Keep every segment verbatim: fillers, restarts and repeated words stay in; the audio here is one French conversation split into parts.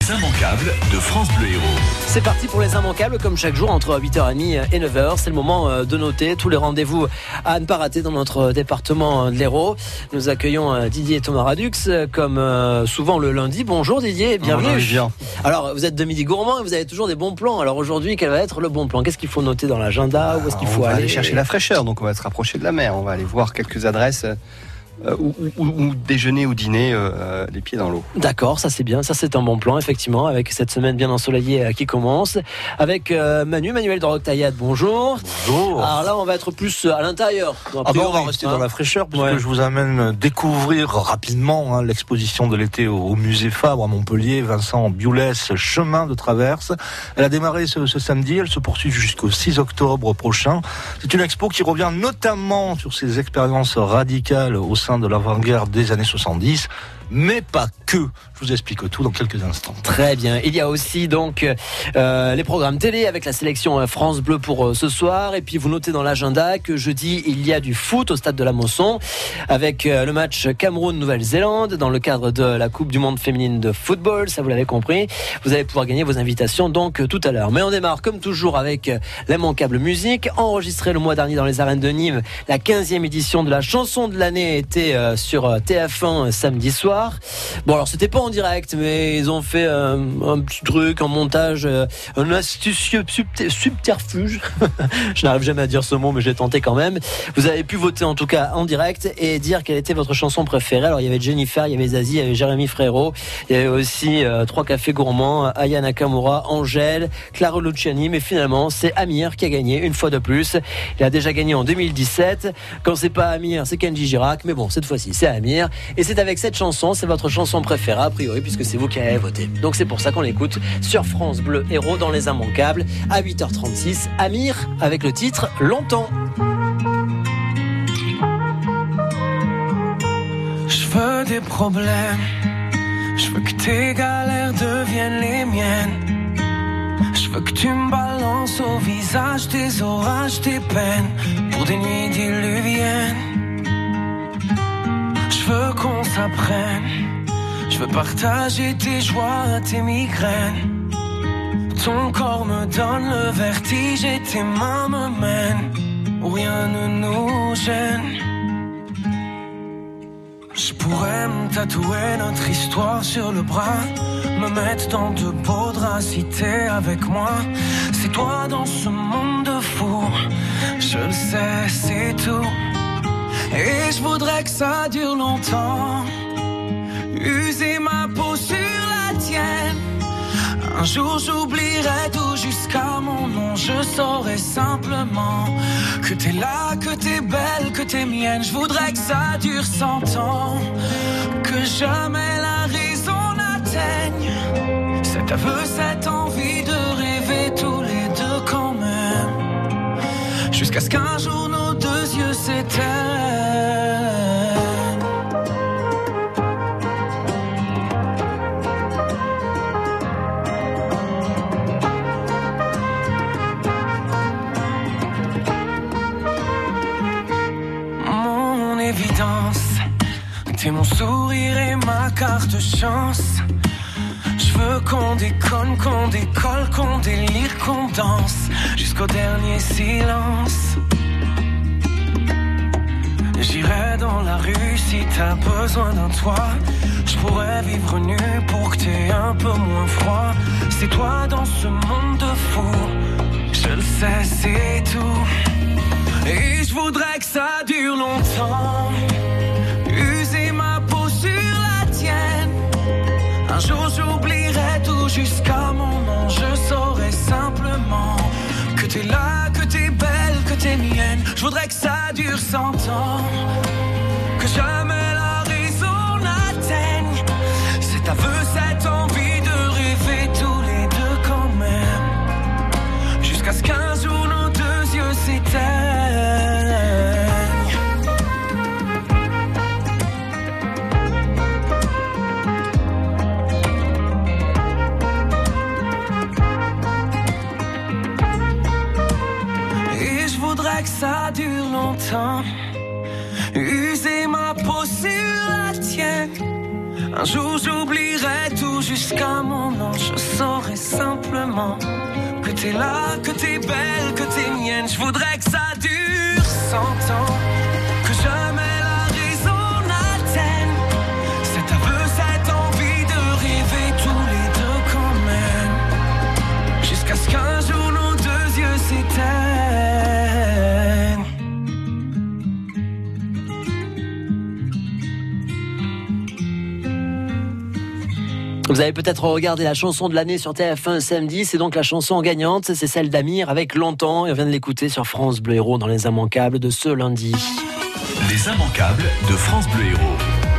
Les immanquables de France Bleu Héros. C'est parti pour les immanquables, comme chaque jour entre huit heures trente et neuf heures. C'est le moment de noter tous les rendez-vous à ne pas rater dans notre département de l'Hérault. Nous accueillons Didier Thomas Radux, comme souvent le lundi. Bonjour Didier, bienvenue. Bonjour, bien. Alors, vous êtes de midi gourmand et vous avez toujours des bons plans. Alors aujourd'hui, quel va être le bon plan? Qu'est-ce qu'il faut noter dans l'agenda? Où est-ce qu'il faut on va aller, aller chercher la fraîcheur, donc on va se rapprocher de la mer. On va aller voir quelques adresses. Euh, ou, ou, ou déjeuner ou dîner euh, les pieds dans l'eau. D'accord, ça c'est bien, ça c'est un bon plan effectivement, avec cette semaine bien ensoleillée euh, qui commence, avec euh, Manu, Manuel de Roquetaillade, bonjour. Bonjour. Alors là on va être plus à l'intérieur. Ah bon, on va rester hein. dans la fraîcheur, puisque ouais. je vous amène découvrir rapidement hein, l'exposition de l'été au, au musée Fabre à Montpellier, Vincent Biolès, Chemin de traverse. Elle a démarré ce, ce samedi, elle se poursuit jusqu'au six octobre prochain. C'est une expo qui revient notamment sur ses expériences radicales au sein de l'avant-garde des années soixante-dix, mais pas que. Je vous explique tout dans quelques instants. Très bien. Il y a aussi donc euh, les programmes télé avec la sélection France Bleu pour euh, ce soir. Et puis vous notez dans l'agenda que jeudi il y a du foot au stade de la Mosson avec euh, le match Cameroun-Nouvelle-Zélande dans le cadre de la Coupe du Monde féminine de football. Ça vous l'avez compris. Vous allez pouvoir gagner vos invitations donc tout à l'heure. Mais on démarre comme toujours avec l'immanquable musique, enregistrée le mois dernier dans les arènes de Nîmes. La quinzième édition de la chanson de l'année était euh, sur T F un samedi soir. Bon alors c'était pas en direct, mais ils ont fait euh, un petit truc en montage, euh, un astucieux subter- subterfuge. Je n'arrive jamais à dire ce mot, mais je l'ai tenté quand même. Vous avez pu voter en tout cas en direct et dire quelle était votre chanson préférée. Alors il y avait Jennifer, il y avait Zazie, il y avait Jérémy Frérot, il y avait aussi euh, Trois Cafés Gourmands, Aya Nakamura, Angèle, Clara Luciani, mais finalement c'est Amir qui a gagné une fois de plus. Il a déjà gagné en deux mille dix-sept. Quand c'est pas Amir, c'est Kenji Girac, mais bon cette fois-ci c'est Amir et c'est avec cette chanson, c'est votre chanson préférée a priori puisque c'est vous qui avez voté. Donc c'est pour ça qu'on l'écoute sur France Bleu Héros dans les immanquables à huit heures trente-six. Amir avec le titre Longtemps. Je veux des problèmes, je veux que tes galères deviennent les miennes. Je veux que tu me balances au visage tes orages, tes peines pour des nuits diluviennes. Je veux qu'on s'apprenne, je veux partager tes joies, tes migraines. Ton corps me donne le vertige et tes mains me mènent où rien ne nous gêne. Je pourrais me tatouer notre histoire sur le bras, me mettre dans de beaux draps si t'es avec moi. C'est toi dans ce monde de fou, je le sais, c'est tout. Et je voudrais que ça dure longtemps, user ma peau sur la tienne. Un jour j'oublierai tout jusqu'à mon nom. Je saurai simplement que t'es là, que t'es belle, que t'es mienne. Je voudrais que ça dure cent ans, que jamais la raison n'atteigne cet aveu, cette envie de rêver tous les deux quand même, jusqu'à ce qu'un jour nos deux yeux s'éteignent. T'es mon sourire et ma carte chance. Je veux qu'on déconne, qu'on décolle, qu'on délire, qu'on danse jusqu'au dernier silence. J'irai dans la rue si t'as besoin d'un toit. Je pourrais vivre nu pour que t'aies un peu moins froid. C'est toi dans ce monde de fou, je le sais, c'est tout. Et je voudrais que ça dure longtemps, user ma peau sur la tienne. Un jour j'oublierai tout jusqu'à mon nom. Je saurai simplement que t'es là, que t'es belle, que t'es mienne. Je voudrais que ça dure cent ans, que jamais la raison n'atteigne cet aveu, cette envie de rêver tous les deux quand même, jusqu'à ce qu'un jour nos deux yeux s'éteignent. Que ça dure longtemps, user ma peau sur la tienne. Un jour j'oublierai tout jusqu'à mon nom. Je saurai simplement que t'es là, que t'es belle, que t'es mienne. Je voudrais que ça dure cent ans, que jamais la raison n'atteigne cet aveu, cette envie de rêver tous les deux quand même, jusqu'à ce qu'un jour nos deux yeux s'éteignent. Vous avez peut-être regardé la chanson de l'année sur T F un samedi, c'est donc la chanson gagnante, c'est celle d'Amir avec Longtemps, et on vient de l'écouter sur France Bleu Héros dans Les Immanquables de ce lundi. Les Immanquables de France Bleu Héros.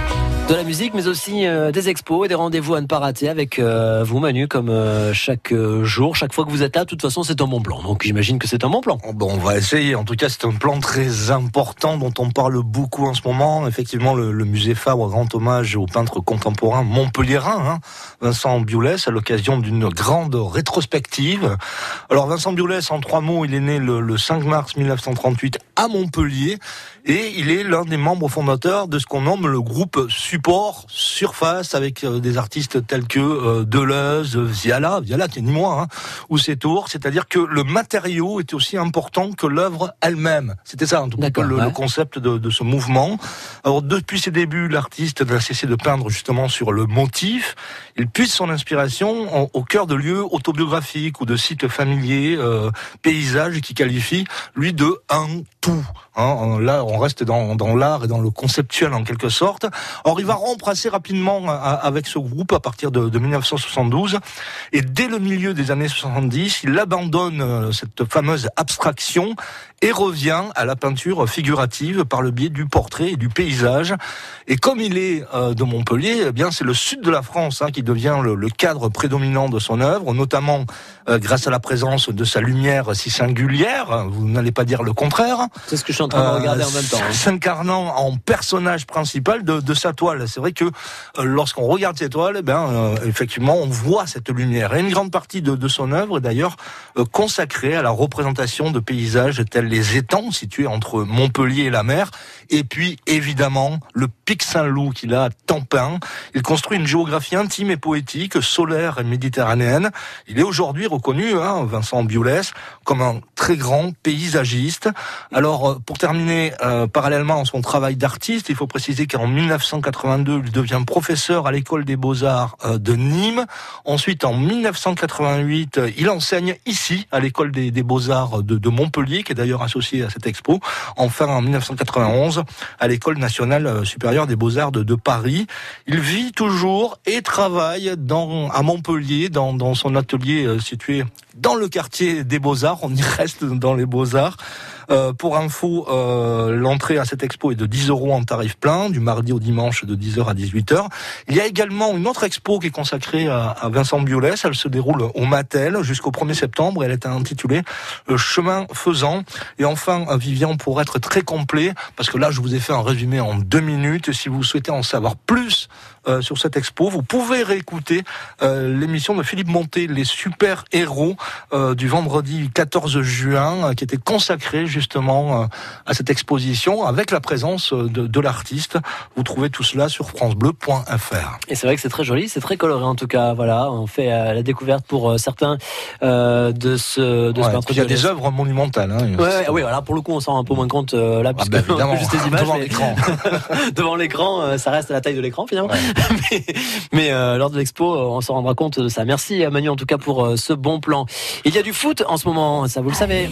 De la musique, mais aussi euh, des expos et des rendez-vous à ne pas rater avec euh, vous, Manu, comme euh, chaque euh, jour, chaque fois que vous êtes là. De toute façon, c'est un bon plan. Donc, j'imagine que c'est un bon plan. Bon, on va essayer. En tout cas, c'est un plan très important dont on parle beaucoup en ce moment. Effectivement, le, le musée Fabre rend hommage au peintre contemporain montpelliérain, hein, Vincent Biolès, à l'occasion d'une grande rétrospective. Alors, Vincent Biolès, en trois mots, il est né le, le cinq mars mille neuf cent trente-huit à Montpellier et il est l'un des membres fondateurs de ce qu'on nomme le groupe Support Surface, avec euh, des artistes tels que euh, Deleuze, Viala, Viala qui est ni moi, hein, ou Sétour, c'est-à-dire que le matériau est aussi important que l'œuvre elle-même. C'était ça, en tout cas, le, ouais. le concept de, de ce mouvement. Alors, depuis ses débuts, l'artiste n'a cessé de peindre justement sur le motif. Il puise son inspiration en, au cœur de lieux autobiographiques ou de sites familiers, euh, paysages qui qualifient, lui, de un tout. Hein, là, on reste dans, dans l'art et dans le conceptuel en quelque sorte. Or, il va rompre assez rapidement avec ce groupe à partir de, de mille neuf cent soixante-douze. Et dès le milieu des années soixante-dix, il abandonne cette fameuse abstraction et revient à la peinture figurative par le biais du portrait et du paysage. Et comme il est euh, de Montpellier, eh bien c'est le sud de la France hein, qui devient le, le cadre prédominant de son œuvre, notamment euh, grâce à la présence de sa lumière si singulière. Vous n'allez pas dire le contraire. C'est ce que je suis en train de regarder euh, en même temps. Hein. S'incarnant en personnage principal de, de sa toile. C'est vrai que euh, lorsqu'on regarde ses toiles, eh bien euh, effectivement, on voit cette lumière. Et une grande partie de, de son œuvre est d'ailleurs euh, consacrée à la représentation de paysages tels les étangs situés entre Montpellier et la mer, et puis évidemment le pic Saint-Loup qu'il a tant peint. Il construit une géographie intime et poétique, solaire et méditerranéenne. Il est aujourd'hui reconnu, hein, Vincent Biolès, comme un très grand paysagiste. Alors, pour terminer, euh, parallèlement à son travail d'artiste, il faut préciser qu'en mille neuf cent quatre-vingt-deux, il devient professeur à l'école des Beaux-Arts euh, de Nîmes. Ensuite, en mille neuf cent quatre-vingt-huit, il enseigne ici, à l'école des, des Beaux-Arts de, de Montpellier, qui est d'ailleurs associé à cette expo. Enfin, en mille neuf cent quatre-vingt-onze, à l'école nationale supérieure des Beaux-Arts de, de Paris. Il vit toujours et travaille dans, à Montpellier, dans, dans son atelier euh, situé dans le quartier des Beaux-Arts. On y reste dans les Beaux-Arts. Euh, pour info, euh, l'entrée à cette expo est de dix euros en tarif plein, du mardi au dimanche de dix heures à dix-huit heures. Il y a également une autre expo qui est consacrée à, à Vincent Biolès. Elle se déroule au Mattel jusqu'au premier septembre. Elle est intitulée « Chemin faisant ». Et enfin, Vivian, pour être très complet, parce que là, je vous ai fait un résumé en deux minutes. Si vous souhaitez en savoir plus euh, sur cette expo, vous pouvez réécouter euh, l'émission de Philippe Montet, Les Super Héros, euh, du vendredi quatorze juin, euh, qui était consacrée justement euh, à cette exposition avec la présence de, de l'artiste. Vous trouvez tout cela sur francebleu point f r. Et c'est vrai que c'est très joli, c'est très coloré en tout cas. Voilà, on fait euh, la découverte pour euh, certains euh, de ce de ouais, ce peintre. Il y a des œuvres monumentales. Hein, ouais, ouais, oui, voilà, pour le coup, on s'en rend un peu moins compte euh, là, puisque ah bah, évidemment, juste les images devant mais... l'écran. devant l'écran, euh, ça reste à la taille de l'écran finalement. Ouais. mais mais euh, lors de l'expo, euh, on s'en rendra compte de ça. Merci Manu en tout cas pour euh, ce bon plan. Il y a du foot en ce moment, ça vous le savez.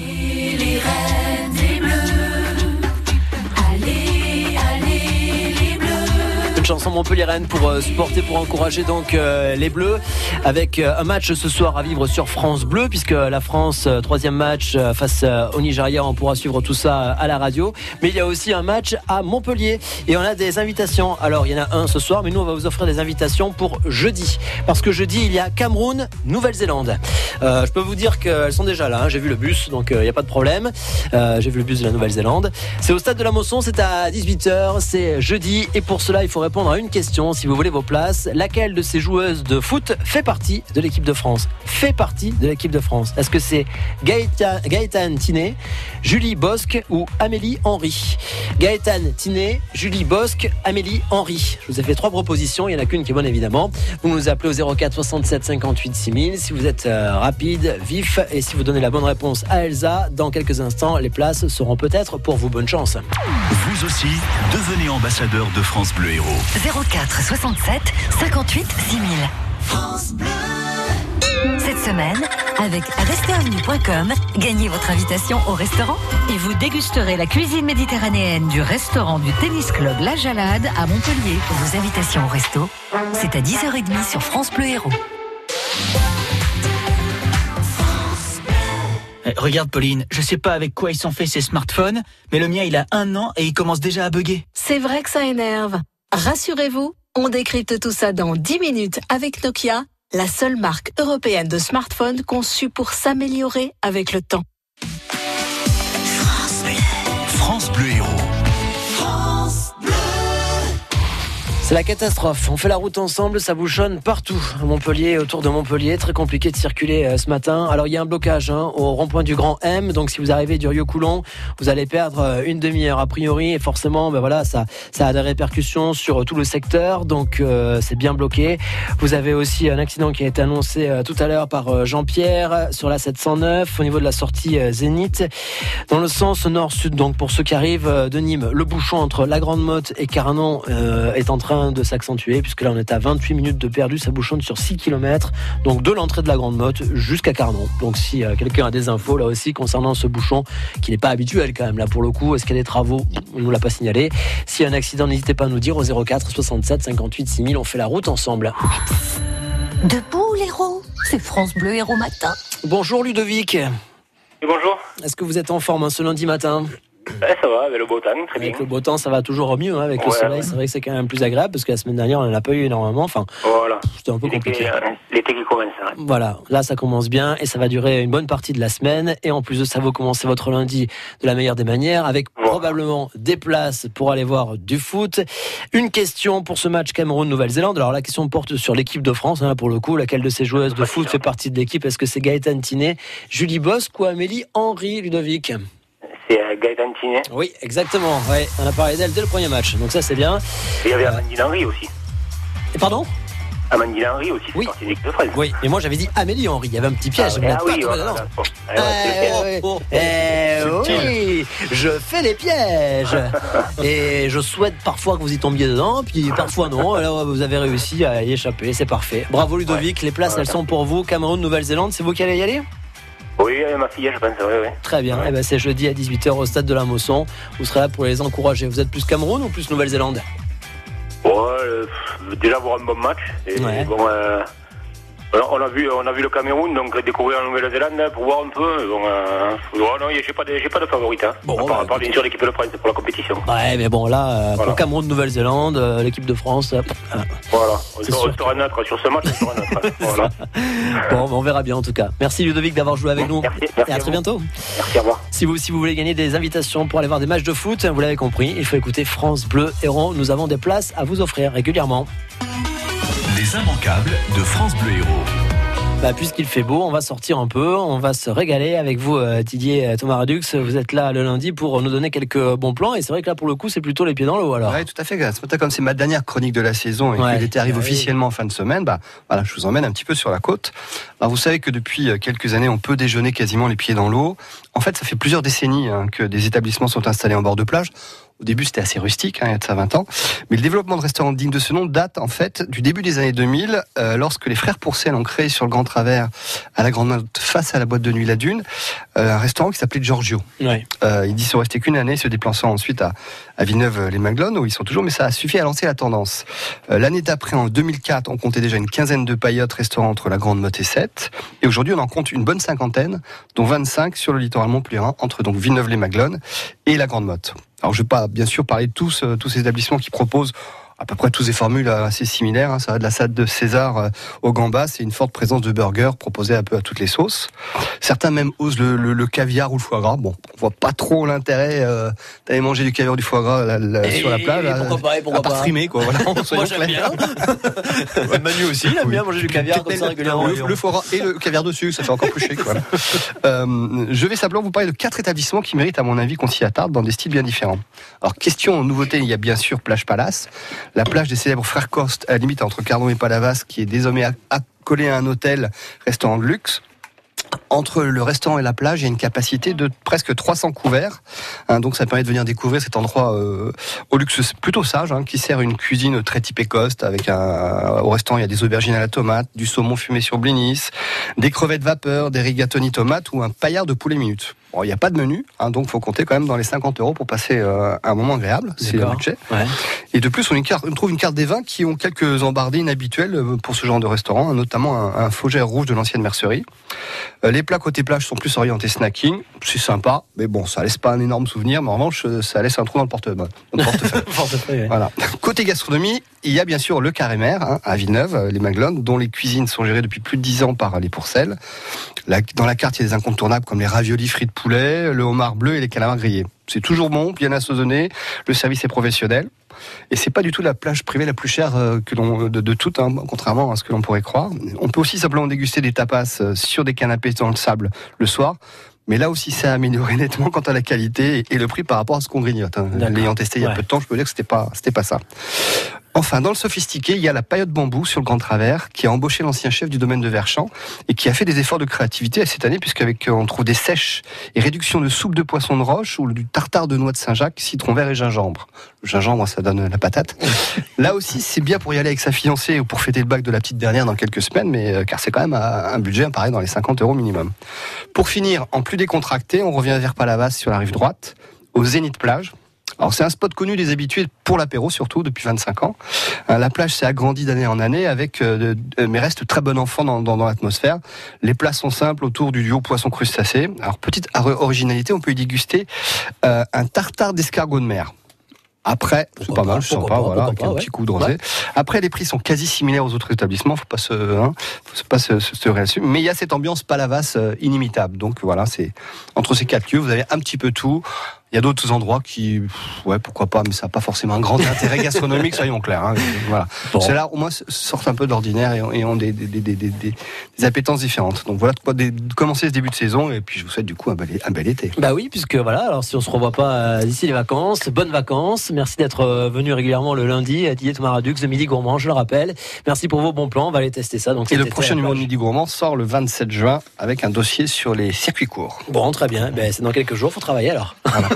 Chanson montpelliéraine pour euh, supporter, pour encourager donc euh, les Bleus, avec euh, un match ce soir à vivre sur France Bleu, puisque la France, euh, troisième match euh, face euh, au Nigeria, on pourra suivre tout ça euh, à la radio. Mais il y a aussi un match à Montpellier et on a des invitations. Alors il y en a un ce soir, mais nous on va vous offrir des invitations pour jeudi, parce que jeudi il y a Cameroun, Nouvelle-Zélande. Euh, je peux vous dire qu'elles sont déjà là, hein. J'ai vu le bus, donc il euh, n'y a pas de problème. Euh, j'ai vu le bus de la Nouvelle-Zélande. C'est au stade de la Mosson, c'est à dix-huit heures, c'est jeudi, et pour cela il faut répondre répondre à une question. Si vous voulez vos places, laquelle de ces joueuses de foot fait partie de l'équipe de France ? Fait partie de l'équipe de France. Est-ce que c'est Gaëtan, Gaëtane Thiné, Julie Bosc ou Amélie Henry ? Gaëtane Thiné, Julie Bosc, Amélie Henry. Je vous ai fait trois propositions, il n'y en a qu'une qui est bonne évidemment. Vous nous appelez au zéro quatre soixante-sept cinquante-huit six mille si vous êtes euh, rapide, vif, et si vous donnez la bonne réponse à Elsa, dans quelques instants, les places seront peut-être pour vous. Bonne chance. Vous aussi, devenez ambassadeur de France Bleu Héros. zéro quatre soixante-sept cinquante-huit six mille. France Bleu. Cette semaine, avec restaurant point com, gagnez votre invitation au restaurant et vous dégusterez la cuisine méditerranéenne du restaurant du Tennis Club La Jalade à Montpellier. Vos invitations au resto, c'est à dix heures trente sur France Bleu Héros. Regarde Pauline, je sais pas avec quoi ils sont faits ces smartphones, mais le mien il a un an et il commence déjà à bugger. C'est vrai que ça énerve. Rassurez-vous, on décrypte tout ça dans dix minutes avec Nokia, la seule marque européenne de smartphones conçue pour s'améliorer avec le temps. France Bleu, France Bleu Héros. C'est la catastrophe. On fait la route ensemble, ça bouchonne partout. À Montpellier, autour de Montpellier, très compliqué de circuler euh, ce matin. Alors il y a un blocage hein, au rond-point du Grand M. Donc si vous arrivez du Rieux-Coulon, vous allez perdre euh, une demi-heure a priori. Et forcément, ben voilà, ça, ça a des répercussions sur euh, tout le secteur. Donc euh, c'est bien bloqué. Vous avez aussi un accident qui a été annoncé euh, tout à l'heure par euh, Jean-Pierre sur la sept cent neuf au niveau de la sortie euh, Zénith. Dans le sens nord-sud, donc pour ceux qui arrivent euh, de Nîmes, le bouchon entre la Grande Motte et Carnon euh, est en train de s'accentuer puisque là on est à vingt-huit minutes de perdu, ça bouchonne sur six kilomètres donc de l'entrée de la Grande Motte jusqu'à Carnon. Donc si euh, quelqu'un a des infos là aussi concernant ce bouchon qui n'est pas habituel quand même là pour le coup, est-ce qu'il y a des travaux, on ne nous l'a pas signalé. S'il y a un accident, n'hésitez pas à nous dire au zéro quatre soixante-sept cinquante-huit six mille, on fait la route ensemble. Debout l'héros, c'est France Bleu Héros matin. Bonjour Ludovic. Et bonjour. Est-ce que vous êtes en forme hein, ce lundi matin? Ouais, ça va, avec le beau temps, très avec bien. Avec le beau temps, ça va toujours mieux. Hein, avec ouais, le soleil, ouais. C'est vrai que c'est quand même plus agréable parce que la semaine dernière, on n'en a pas eu énormément. Enfin, voilà. C'était un peu l'été, compliqué. Euh, l'été qui commence. Hein. Voilà, là, ça commence bien et ça va durer une bonne partie de la semaine. Et en plus de ça, vous commencez votre lundi de la meilleure des manières avec voilà. probablement des places pour aller voir du foot. Une question pour ce match Cameroun-Nouvelle-Zélande. Alors, la question porte sur l'équipe de France, hein, pour le coup. Laquelle de ces joueuses de foot fait partie de l'équipe? Est-ce que c'est Gaëtane Thiné, Julie Bosc ou Amélie Henry, Ludovic? C'est euh, Gaëtane Thiné. Oui, exactement. Ouais, on a parlé d'elle dès le premier match. Donc ça, c'est bien. Et il y avait Amandine Henry aussi. Et pardon? Amandine Henry aussi, oui. c'est partie de l'équipe de France. Oui, et moi j'avais dit Amélie Henry. Il y avait un petit piège. Ah, ah, pas oui, voilà, voilà. Oh, eh, ouais, oh, oh, eh oui, je fais les pièges. Et je souhaite parfois que vous y tombiez dedans, puis parfois non. Alors vous avez réussi à y échapper, c'est parfait. Bravo Ludovic, ouais. Les places ouais. elles sont pour vous. Cameroun, Nouvelle-Zélande, c'est vous qui allez y aller? Oui, ma fille, je pense, oui, oui. Très bien, ouais. Eh ben, c'est jeudi à dix-huit heures au stade de la Mosson. Vous serez là pour les encourager. Vous êtes plus Cameroun ou plus Nouvelle-Zélande? Ouais, euh, déjà voir un bon match. Et ouais. bon, euh, on, a vu, on a vu le Cameroun, donc découvrir la Nouvelle-Zélande pour voir un peu. Bon, euh, ouais, non, j'ai pas de, j'ai pas de favorite. Hein. Bon, à part, ouais, part bien sûr l'équipe de France pour la compétition. Ouais, mais bon, là, euh, voilà. Pour Cameroun, Nouvelle-Zélande, euh, l'équipe de France. Euh, voilà, on sera neutre sur ce match. On sera neutre. Voilà. Bon, on verra bien en tout cas. Merci Ludovic d'avoir joué avec nous. Merci, merci et à, à très bientôt. Merci, au revoir. Si vous, si vous voulez gagner des invitations pour aller voir des matchs de foot, vous l'avez compris, il faut écouter France Bleu Héros. Nous avons des places à vous offrir régulièrement. Les immanquables de France Bleu Héros. Bah, puisqu'il fait beau, on va sortir un peu, on va se régaler avec vous, Didier Thomas Redux. Vous êtes là le lundi pour nous donner quelques bons plans et c'est vrai que là pour le coup c'est plutôt les pieds dans l'eau alors. Oui, tout à fait. Ce matin, comme c'est ma dernière chronique de la saison et ouais, que l'été arrive ouais, officiellement en fin de semaine, bah voilà, je vous emmène un petit peu sur la côte. Alors vous savez que depuis quelques années, on peut déjeuner quasiment les pieds dans l'eau. En fait, ça fait plusieurs décennies hein, que des établissements sont installés en bord de plage. Au début, c'était assez rustique, hein, il y a de ça vingt ans. Mais le développement de restaurants dignes de ce nom date, en fait, du début des années deux mille, euh, lorsque les frères Pourcel ont créé sur le Grand Travers, à la Grande Motte, face à la boîte de nuit La Dune, euh, un restaurant qui s'appelait Giorgio. Ouais. Euh, ils y sont restés qu'une année, se déplaçant ensuite à, à Villeneuve-les-Maglones, où ils sont toujours, mais ça a suffi à lancer la tendance. Euh, l'année d'après, en deux mille quatre, on comptait déjà une quinzaine de paillotes restaurants entre la Grande Motte et Sète. Et aujourd'hui, on en compte une bonne cinquantaine, dont vingt-cinq sur le littoral montpelliérain, entre donc Villeneuve-les-Maglones et la Grande Motte. Alors je ne vais pas bien sûr parler de tous, euh, tous ces établissements qui proposent à peu près tous des formules assez similaires. Hein. Ça va de la salade de César euh, au gambas et une forte présence de burgers proposés un peu à toutes les sauces. Certains même osent le, le, le caviar ou le foie gras. Bon, on voit pas trop l'intérêt euh, d'aller manger du caviar ou du foie gras la, la, et, sur la plage. Et pourquoi pas, et pourquoi à part pas. frimer, quoi. Voilà, moi j'aime bien. Manu aussi, il aime oui. bien manger du caviar comme ça régulièrement. Le, le foie gras et le caviar dessus, ça fait encore plus chic. Voilà. Euh, je vais simplement vous parler de quatre établissements qui méritent, à mon avis, qu'on s'y attarde dans des styles bien différents. Alors, question nouveauté, il y a bien sûr Plage Palace, la plage des célèbres frères Coste, à la limite entre Cardon et Palavas, qui est désormais accolée à un hôtel, restaurant de luxe. Entre le restaurant et la plage, il y a une capacité de presque trois cents couverts. Hein, donc ça permet de venir découvrir cet endroit euh, au luxe plutôt sage, hein, qui sert une cuisine très typée Coste. Avec un, au restaurant, il y a des aubergines à la tomate, du saumon fumé sur blinis, des crevettes vapeur, des rigatoni tomates ou un paillard de poulet minute. Bon, il n'y a pas de menu, hein, donc il faut compter quand même dans les cinquante euros pour passer euh, un moment agréable. C'est le budget. Ouais. Et de plus, on, une carte, on trouve une carte des vins qui ont quelques embardées habituelles pour ce genre de restaurant, notamment un, un Faugère rouge de l'ancienne mercerie. Euh, les plats côté plage sont plus orientés snacking. C'est sympa, mais bon, ça laisse pas un énorme souvenir, mais en revanche, ça laisse un trou dans le portefeuille. Dans le portefeuille. portefeuille ouais. Voilà. Côté gastronomie, il y a bien sûr le Carré-Mer, hein, à Villeneuve, les Maglones, dont les cuisines sont gérées depuis plus de dix ans par les Pourcelles. La, dans la carte, il y a des incontournables comme les raviolis frits de poulet, le homard bleu et les calamars grillés. C'est toujours bon, bien assaisonné, le service est professionnel. Et c'est pas du tout la plage privée la plus chère que l'on, de, de toutes, hein, contrairement à ce que l'on pourrait croire. On peut aussi simplement déguster des tapas sur des canapés dans le sable le soir. Mais là aussi, ça a amélioré nettement quant à la qualité et le prix par rapport à ce qu'on grignote. Hein. L'ayant testé il y a ouais. peu de temps, je peux dire que c'était pas, c'était pas ça. Enfin, dans le sophistiqué, il y a la Paillote Bambou sur le Grand Travers, qui a embauché l'ancien chef du domaine de Verchamp et qui a fait des efforts de créativité cette année, puisqu'avec on trouve des sèches et réduction de soupe de poisson de roche ou du tartare de noix de Saint-Jacques, citron vert et gingembre. Le gingembre, ça donne la patate. Là aussi, c'est bien pour y aller avec sa fiancée ou pour fêter le bac de la petite dernière dans quelques semaines, mais car c'est quand même un budget, pareil, dans les cinquante euros minimum. Pour finir, en plus décontracté, on revient vers Palavas sur la rive droite, au Zénith Plage. Alors c'est un spot connu des habitués pour l'apéro surtout depuis vingt-cinq ans. La plage s'est agrandie d'année en année avec euh, mais reste très bon enfant dans, dans, dans l'atmosphère. Les plats sont simples autour du duo poisson crustacé. Alors petite originalité, on peut y déguster euh, un tartare d'escargot de mer. Après, c'est pas mal, je sens pas, voilà, avec un petit coup de rosé. Ouais. Après, les prix sont quasi similaires aux autres établissements, faut pas se, hein, faut pas se, se, se là-dessus. Mais il y a cette ambiance Palavas euh, inimitable. Donc voilà, c'est entre ces quatre lieux, vous avez un petit peu tout. Il y a d'autres endroits qui, ouais, pourquoi pas, mais ça n'a pas forcément un grand intérêt gastronomique, soyons clairs. Hein, voilà. Bon. Ceux-là, au moins, sortent un peu de l'ordinaire et ont, et ont des, des, des, des, des, des appétences différentes. Donc voilà de quoi des, de commencer ce début de saison, et puis je vous souhaite du coup un bel, un bel été. Bah oui, puisque voilà, alors si on se revoit pas d'ici les vacances, bonnes vacances. Merci d'être venu régulièrement le lundi à Didier Thomaradux de Midi Gourmand, je le rappelle. Merci pour vos bons plans, on va aller tester ça. Donc, et le prochain numéro de Midi Gourmand sort le vingt-sept juin avec un dossier sur les circuits courts. Bon, très bien, ben, c'est dans quelques jours, faut travailler alors. Voilà.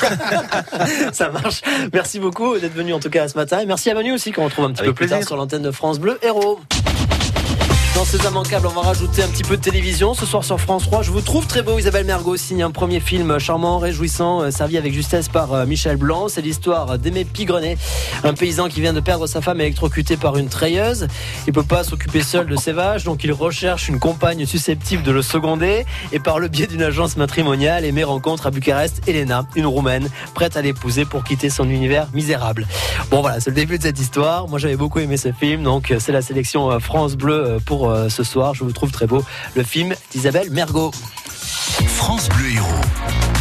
Ça marche. Merci beaucoup d'être venu en tout cas ce matin. Et merci à Manu aussi qu'on retrouve un petit Avec peu plus plaisir. tard sur l'antenne de France Bleu Héros. Dans ces immanquables, on va rajouter un petit peu de télévision. Ce soir sur France trois, je vous trouve très beau. Isabelle Mergo signe un premier film charmant, réjouissant, servi avec justesse par Michel Blanc. C'est l'histoire d'Aimé Pigrenet, un paysan qui vient de perdre sa femme électrocutée par une treilleuse. Il peut pas s'occuper seul de ses vaches, donc il recherche une compagne susceptible de le seconder. Et par le biais d'une agence matrimoniale, Aimé rencontre à Bucarest Elena, une Roumaine, prête à l'épouser pour quitter son univers misérable. Bon voilà, c'est le début de cette histoire. Moi j'avais beaucoup aimé ce film, donc c'est la sélection France Bleu pour ce soir. Je vous trouve très beau, le film d'Isabelle Mergo. France Bleu Héros.